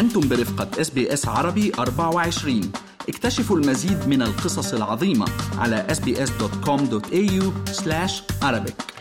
أنتم برفقة SBS عربي 24. اكتشفوا المزيد من القصص العظيمة على sbs.com.au/Arabic.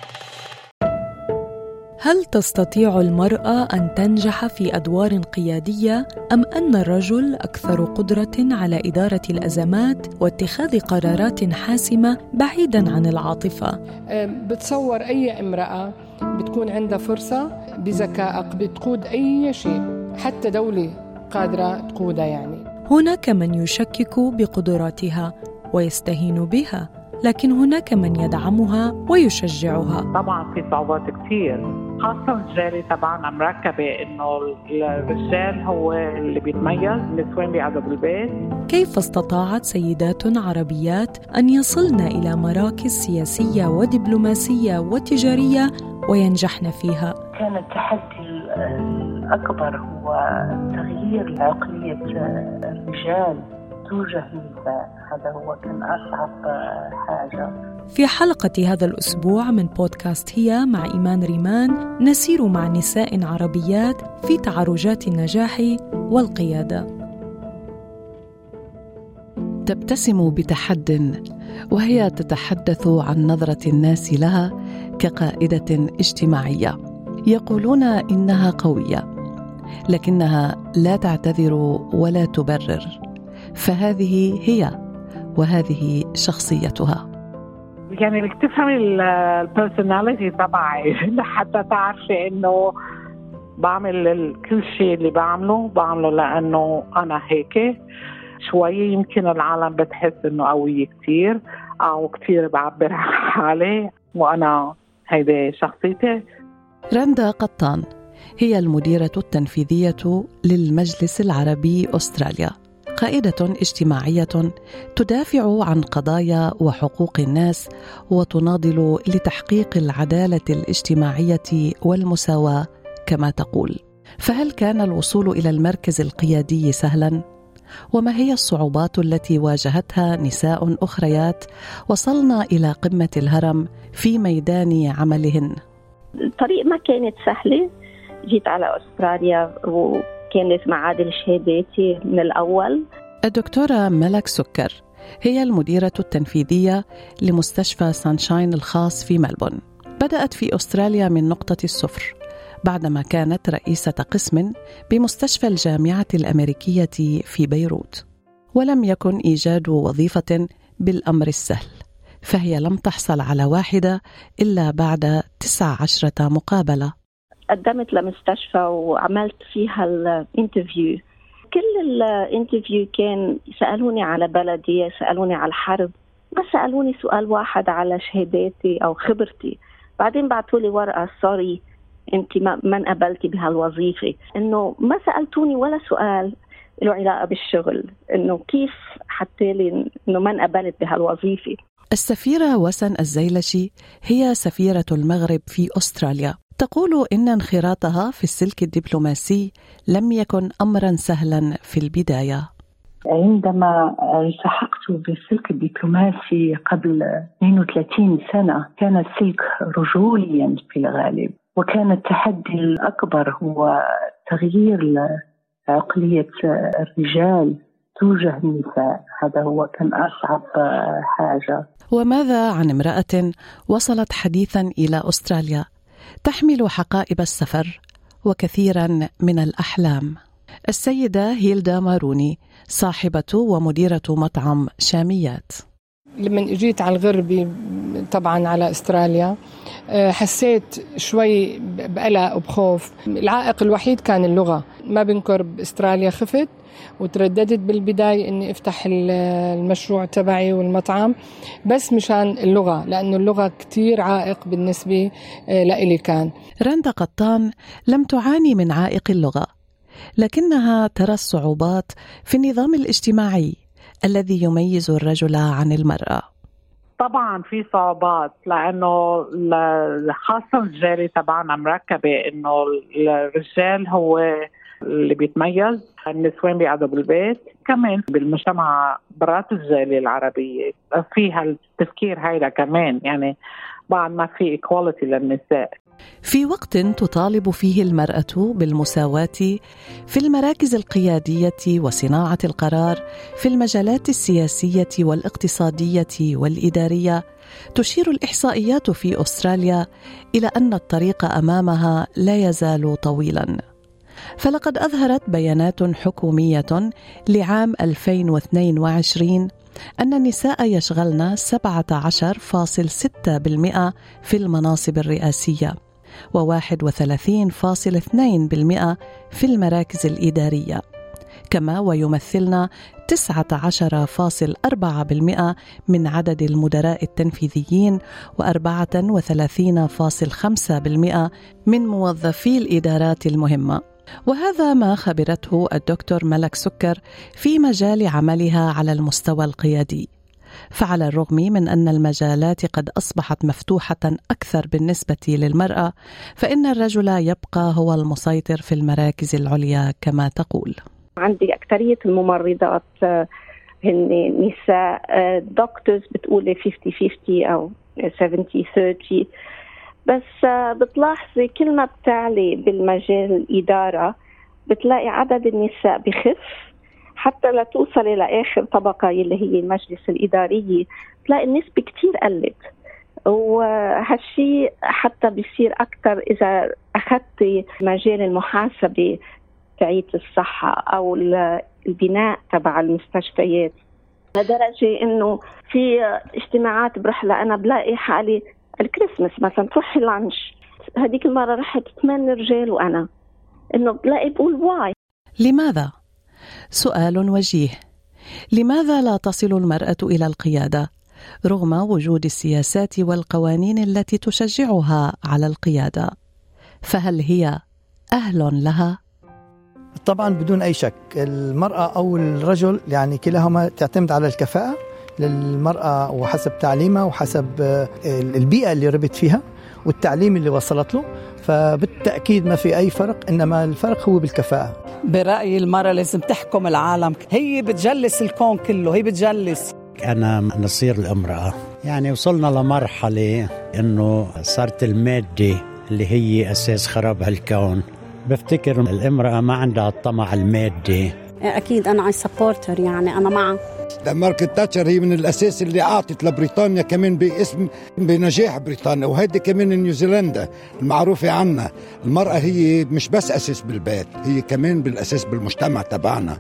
هل تستطيع المرأة أن تنجح في أدوار قيادية أم أن الرجل أكثر قدرة على إدارة الأزمات واتخاذ قرارات حاسمة بعيداً عن العاطفة؟ بتصور أي امرأة بتكون عندها فرصة بذكائك بتقود أي شيء، حتى دولة قادرة تقودها يعني. هناك من يشكك بقدراتها ويستهين بها، لكن هناك من يدعمها ويشجعها. طبعا في صعوبات كتير، خاصة الرجالة تبعنا مركبة إنه الرجال هو اللي بيتميز، النسوان بيقعدوا بالبيت. كيف استطاعت سيدات عربيات أن يصلن إلى مراكز سياسية ودبلوماسية وتجارية وينجحن فيها؟ كان التحدي الأكبر هو تغيير عقلية الرجال توجه النساء، هذا هو كان أصعب حاجة. في حلقة هذا الأسبوع من بودكاست هي مع إيمان ريمان نسير مع نساء عربيات في تعرجات النجاح والقيادة. تبتسم بتحد وهي تتحدث عن نظرة الناس لها كقائدة اجتماعية. يقولون إنها قوية، لكنها لا تعتذر ولا تبرر، فهذه هي وهذه شخصيتها. يعني بدك تفهمي البيرسوناليتي تبعي حتى تعرفي إنه بعمل كل شيء اللي بعمله لأنه أنا هيك. شوية يمكن العالم بتحس إنه قوية كتير أو كتير بعبر عن حالي، وأنا هيدي شخصيتي. رندا قطان هي المديرة التنفيذية للمجلس العربي أستراليا، قائدة اجتماعية تدافع عن قضايا وحقوق الناس وتناضل لتحقيق العدالة الاجتماعية والمساواة كما تقول. فهل كان الوصول إلى المركز القيادي سهلاً؟ وما هي الصعوبات التي واجهتها نساء أخريات وصلنا إلى قمة الهرم في ميدان عملهن؟ الطريق ما كانت سهلة. جيت على أستراليا وكانت معادل شهاداتي من الأول. الدكتورة ملك سكر هي المديرة التنفيذية لمستشفى سانشاين الخاص في ملبون. بدأت في أستراليا من نقطة الصفر بعدما كانت رئيسة قسم بمستشفى الجامعة الأمريكية في بيروت. ولم يكن إيجاد وظيفة بالأمر السهل، فهي لم تحصل على واحدة إلا بعد 19 مقابلة. قدمت لمستشفى وعملت فيها الانترفيو. كل الانترفيو كان سألوني على بلدي، سألوني على الحرب، ما سألوني سؤال واحد على شهاداتي أو خبرتي. بعدين بعتوا لي ورقة سوري أنت ما انقبلتي بهالوظيفة. إنه ما سألتوني ولا سؤال له علاقة بالشغل، إنه كيف حتى لي إنه ما انقبلت بهالوظيفة. السفيرة وسن الزيلشي هي سفيرة المغرب في أستراليا. تقول إن انخراطها في السلك الدبلوماسي لم يكن أمرا سهلا في البداية. عندما التحقت بالسلك الدبلوماسي قبل 32 سنة كان السلك رجوليا في الغالب، وكان التحدي الأكبر هو تغيير عقلية الرجال توجه النساء، هذا هو كان أصعب حاجة. وماذا عن امرأة وصلت حديثا إلى أستراليا تحمل حقائب السفر وكثيرا من الأحلام؟ السيدة هيلدا ماروني صاحبة ومديرة مطعم شاميات. لما اجيت على الغربي طبعا على استراليا حسيت شوي بقلق وبخوف. العائق الوحيد كان اللغة. ما بنكر باستراليا خفت وترددت بالبداية اني افتح المشروع تبعي والمطعم بس مشان اللغة، لانه اللغة كتير عائق بالنسبة لإلي كان. رندا قطان لم تعاني من عائق اللغة، لكنها ترى الصعوبات في النظام الاجتماعي الذي يميز الرجل عن المرأة. طبعا في صعوبات، لأنه خاصة الرجال تبعنا مركبة إنه الرجال هو اللي بيتميز، النسوان بيقعدوا بالبيت. كمان بالمجتمع برات الجالية العربية فيها التفكير هيدا كمان، يعني بعد ما في equality للنساء. في وقت تطالب فيه المرأة بالمساواة في المراكز القيادية وصناعة القرار في المجالات السياسية والاقتصادية والإدارية، تشير الإحصائيات في أستراليا إلى أن الطريق أمامها لا يزال طويلاً. فلقد أظهرت بيانات حكومية لعام 2022 أن النساء يشغلن 17.6% في المناصب الرئاسية و31.2% في المراكز الإدارية، كما ويمثلن 19.4% من عدد المدراء التنفيذيين و34.5% من موظفي الإدارات المهمة. وهذا ما خبرته الدكتور ملك سكر في مجال عملها على المستوى القيادي. فعلى الرغم من أن المجالات قد أصبحت مفتوحة أكثر بالنسبة للمرأة، فإن الرجل يبقى هو المسيطر في المراكز العليا كما تقول. عندي أكثرية الممرضات هن نساء، دكتورز بتقولي 50-50 أو 70-30، بس بتلاحظي كل ما بتعلي بالمجال الإدارة بتلاقي عدد النساء بخف، حتى لا توصل إلى آخر طبقة اللي هي المجلس الإداري تلاقي النسبة كتير قلت. وهالشي حتى بيصير أكتر إذا أخذت مجال المحاسبة تعيد الصحة أو البناء تبع المستشفيات، لدرجة إنه في اجتماعات بروح لأنا بلاقي حالي الكريسماس مثلا تروحي لانش، هذيك المرة رحت 8 رجال وأنا إنه بلاقي بقول واي. لماذا؟ سؤال وجيه. لماذا لا تصل المرأة إلى القيادة رغم وجود السياسات والقوانين التي تشجعها على القيادة؟ فهل هي أهل لها؟ طبعا بدون أي شك المرأة أو الرجل يعني كلاهما تعتمد على الكفاءة للمرأة وحسب تعليمها وحسب البيئة اللي ربت فيها والتعليم اللي وصلت له، فبالتأكيد ما في أي فرق، إنما الفرق هو بالكفاءة. برأيي المرأة لازم تحكم العالم، هي بتجلس الكون كله، هي بتجلس. أنا نصير الامرأة، يعني وصلنا لمرحلة إنه صارت المادة اللي هي أساس خراب هالكون. بفتكر الامرأة ما عندها الطمع المادي. أكيد أنا عايز سبورتر، يعني أنا معه. مارغريت تاتشر هي من الأساس اللي أعطت لبريطانيا كمان باسم بنجاح بريطانيا، وهذه كمان نيوزيلندا المعروفة عنا. المرأة هي مش بس أساس بالبيت، هي كمان بالأساس بالمجتمع تبعنا.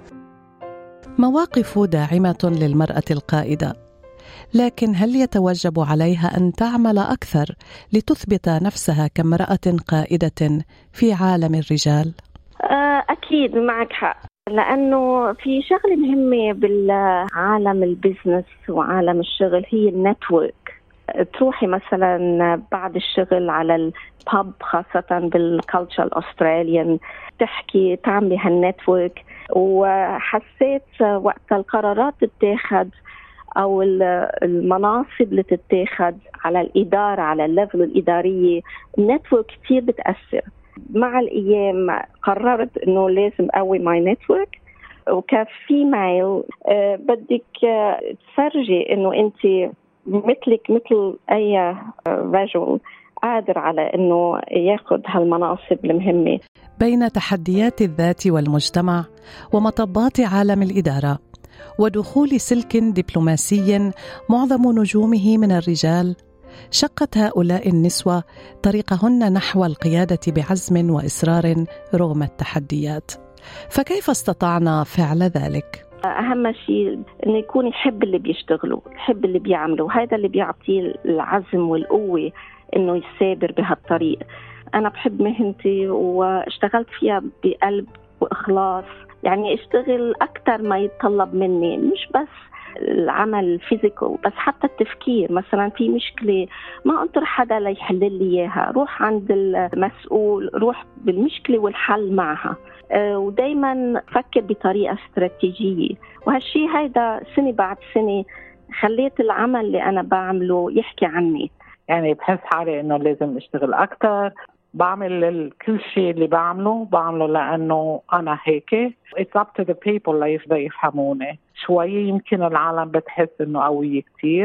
مواقف داعمة للمرأة القائدة، لكن هل يتوجب عليها أن تعمل أكثر لتثبت نفسها كامرأة قائدة في عالم الرجال؟ أكيد معك حق، لأنه في شغلة مهمة بالعالم البزنس وعالم الشغل هي النتورك. تروحي مثلا بعد الشغل على الباب خاصة بالكالتشر الأستراليان تحكي تعملي هالنتورك. وحسيت وقت القرارات تتاخد أو المناصب اللي تتاخد على الإدارة على الليفل الإدارية النتورك كتير بتأثر. مع الأيام قررت إنه لازم أقوي ماي نتورك، وكفيميل بدك تفرجي إنه أنت مثلك مثل أي رجل قادر على إنه ياخد هالمناصب المهمة. بين تحديات الذات والمجتمع ومطبات عالم الإدارة ودخول سلك دبلوماسي معظم نجومه من الرجال، شقت هؤلاء النسوة طريقهن نحو القيادة بعزم وإصرار رغم التحديات. فكيف استطعنا فعل ذلك؟ أهم شيء إنه يكون يحب اللي بيشتغلوا، يحب اللي بيعملوا، هذا اللي بيعطيه العزم والقوة إنه يسابر بهالطريق. أنا بحب مهنتي واشتغلت فيها بقلب وإخلاص، يعني اشتغل أكتر ما يتطلب مني، مش بس العمل الفيزيكال بس حتى التفكير. مثلا في مشكلة ما أنطر حدا ليحل لي إياها، روح عند المسؤول، روح بالمشكلة والحل معها، ودايما فكر بطريقة استراتيجية. وهالشي هيدا سنة بعد سنة خليت العمل اللي أنا بعمله يحكي عني. يعني بحس حالي إنه لازم أشتغل أكتر، بعمل كل شيء اللي بعمله لأنه أنا هيك. It's up to the people ليفهموني. شوي يمكن العالم بتحس إنه قوية كتير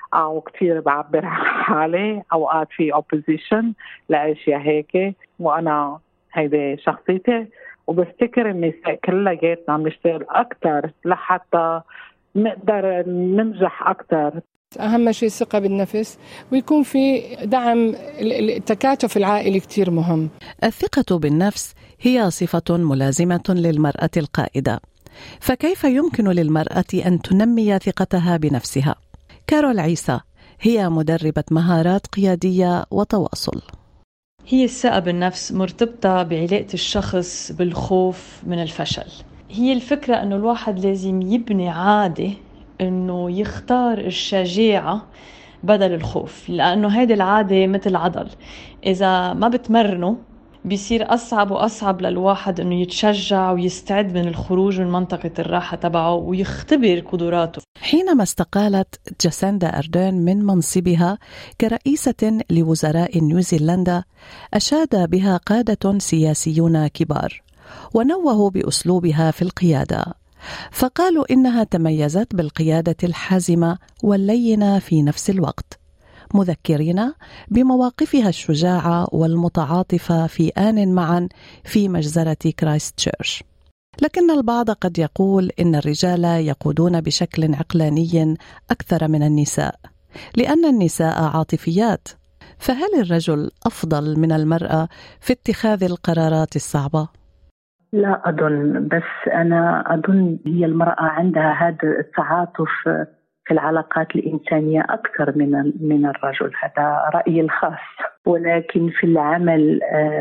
أو كتير بعبر عن حالي، أوقات في opposition لأشياء هيك، وأنا هيدي شخصيتي. وبفتكر النساء كلياتنا عم نشتغل أكتر لحتى نقدر ننجح أكتر. أهم شيء الثقة بالنفس، ويكون في دعم. التكاتف العائلي كتير مهم. الثقة بالنفس هي صفة ملازمة للمرأة القائدة، فكيف يمكن للمرأة أن تنمي ثقتها بنفسها؟ كارول عيسى هي مدربة مهارات قيادية وتواصل. هي الثقة بالنفس مرتبطة بعلاقة الشخص بالخوف من الفشل. هي الفكرة أنه الواحد لازم يبني عادة أنه يختار الشجاعة بدل الخوف، لأنه هذه العادة مثل عضل، إذا ما بتمرنه بيصير أصعب وأصعب للواحد أنه يتشجع ويستعد من الخروج من منطقة الراحة تبعه ويختبر قدراته. حينما استقالت جاسيندا أردرن من منصبها كرئيسة لوزراء نيوزيلندا، أشاد بها قادة سياسيون كبار ونوهوا بأسلوبها في القيادة، فقالوا إنها تميزت بالقيادة الحازمة واللينة في نفس الوقت، مذكرين بمواقفها الشجاعة والمتعاطفة في آن معا في مجزرة كرايست تشيرش. لكن البعض قد يقول إن الرجال يقودون بشكل عقلاني أكثر من النساء، لأن النساء عاطفيات. فهل الرجل أفضل من المرأة في اتخاذ القرارات الصعبة؟ لا أظن، بس أنا أظن هي المرأة عندها هذا التعاطف في العلاقات الإنسانية أكثر من الرجل، هذا رأيي الخاص. ولكن في العمل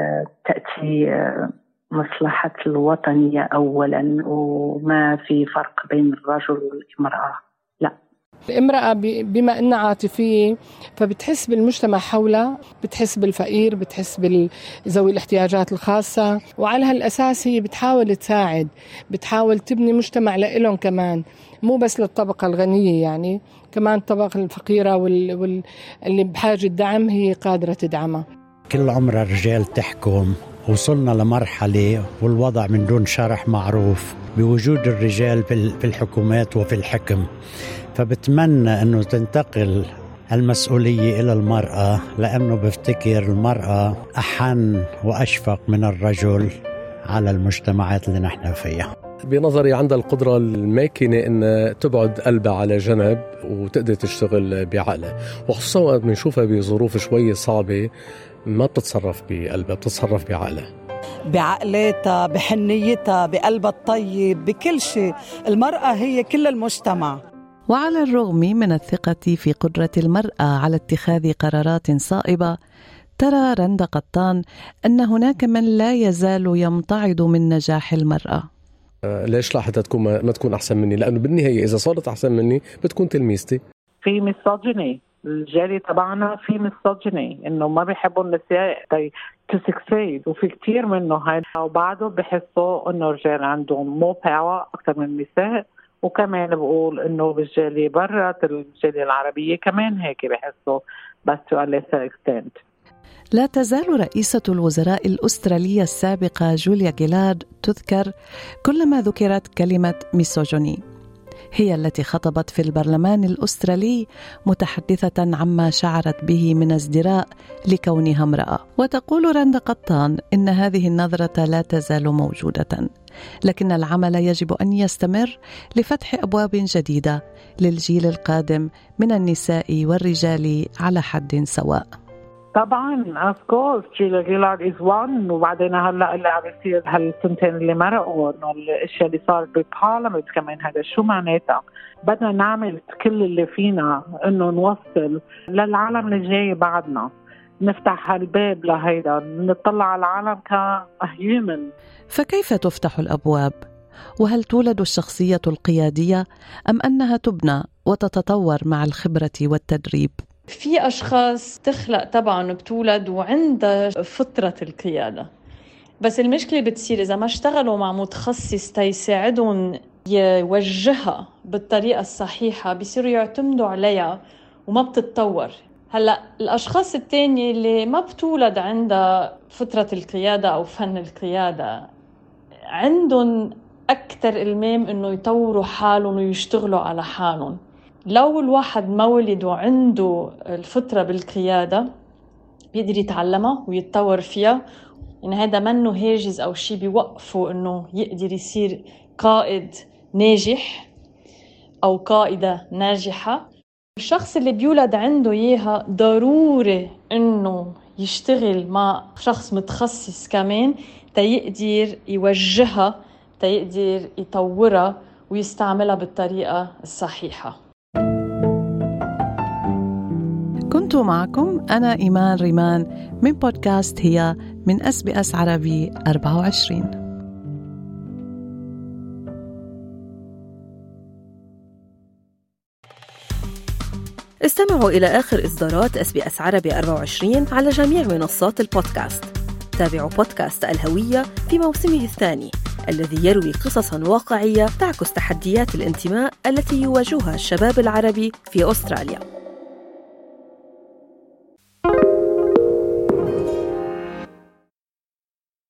تأتي مصلحة الوطنية أولا، وما في فرق بين الرجل والمرأة. لا، الامرأة بما أنها عاطفية فبتحس بالمجتمع حولها، بتحس بالفقير، بتحس بذوي الاحتياجات الخاصة، وعلى هالأساس هي بتحاول تساعد، بتحاول تبني مجتمع لإلهم كمان، مو بس للطبقة الغنية، يعني كمان الطبقة الفقيرة واللي بحاجة دعم هي قادرة تدعمها. كل عمر الرجال تحكم، وصلنا لمرحلة والوضع من دون شرح معروف بوجود الرجال في الحكومات وفي الحكم، فبتمنى أنه تنتقل المسؤولية إلى المرأة، لأنه بفتكر المرأة أحن وأشفق من الرجل على المجتمعات اللي نحن فيها. بنظري عندها القدرة الماكنة أن تبعد قلبها على جنب وتقدر تشتغل بعقلها، وخصوصا وقت بنشوفها بظروف شوية صعبة ما بتتصرف بقلبها، بتتصرف بعقلها، بعقلاتها، بحنيتها، بقلبها الطيب، بكل شيء. المرأة هي كل المجتمع. وعلى الرغم من الثقة في قدرة المرأة على اتخاذ قرارات صائبة، ترى رندا قطان أن هناك من لا يزال يمتعض من نجاح المرأة. ليش لا حتى تكون ما تكون أحسن مني؟ لأنه بالنهاية إذا صارت أحسن مني بتكون تلميذتي. في ميسوجيني، الجالي تبعنا في ميسوجيني، إنه ما بيحبوا النساء to succeed، وفي كتير منه هاي، وبعده بحسوا إنه الرجال عندهم مو باور أكتر من النساء. وكمان بقول إنه بالجالية برا الجالية العربية كمان هيك بحسوا، بس to a lesser extent. لا تزال رئيسة الوزراء الأسترالية السابقة جوليا جيلارد تذكر كلما ذكرت كلمة ميسوجيني. هي التي خطبت في البرلمان الأسترالي متحدثة عما شعرت به من ازدراء لكونها امرأة. وتقول رندا قطان إن هذه النظرة لا تزال موجودة، لكن العمل يجب أن يستمر لفتح أبواب جديدة للجيل القادم من النساء والرجال على حد سواء. طبعا of course جوليا جيلارد is one، وبعدين هلا اللي عم يصير هالسنتين اللي مرقوا انه الاشياء اللي صارت بالبارلمنت كمان، هذا شو معناتها؟ بدنا نعمل كل اللي فينا انه نوصل للعالم اللي جاي بعدنا، نفتح هالباب لهيدا، نطلع على العالم كهيومن. فكيف تفتح الأبواب؟ وهل تولد الشخصية القيادية أم أنها تبنى وتتطور مع الخبرة والتدريب؟ في أشخاص تخلق طبعاً بتولد وعندها فطرة القيادة، بس المشكلة بتصير إذا ما اشتغلوا مع متخصص تيساعدهم يوجهها بالطريقة الصحيحة بيصيروا يعتمدوا عليها وما بتتطور. هلأ الأشخاص التانية اللي ما بتولد عندها فطرة القيادة أو فن القيادة عندهم أكتر إلمام إنه يطوروا حالهم ويشتغلوا على حالهم، لو الواحد مولد وعنده الفطرة بالقيادة بيقدر يتعلمها ويتطور فيها، يعني هذا منه هاجز أو شيء بيوقفه إنه يقدر يصير قائد ناجح أو قائدة ناجحة. الشخص اللي بيولد عنده إياها ضروري إنه يشتغل مع شخص متخصص كمان تيقدر يوجهها، تيقدر يطورها ويستعملها بالطريقة الصحيحة. كنت معكم أنا إيمان ريمان من بودكاست هي من SBS عربي 24. استمعوا إلى آخر إصدارات SBS عربي 24 على جميع منصات البودكاست. تابعوا بودكاست الهوية في موسمه الثاني الذي يروي قصصاً واقعية تعكس تحديات الانتماء التي يواجهها الشباب العربي في أستراليا.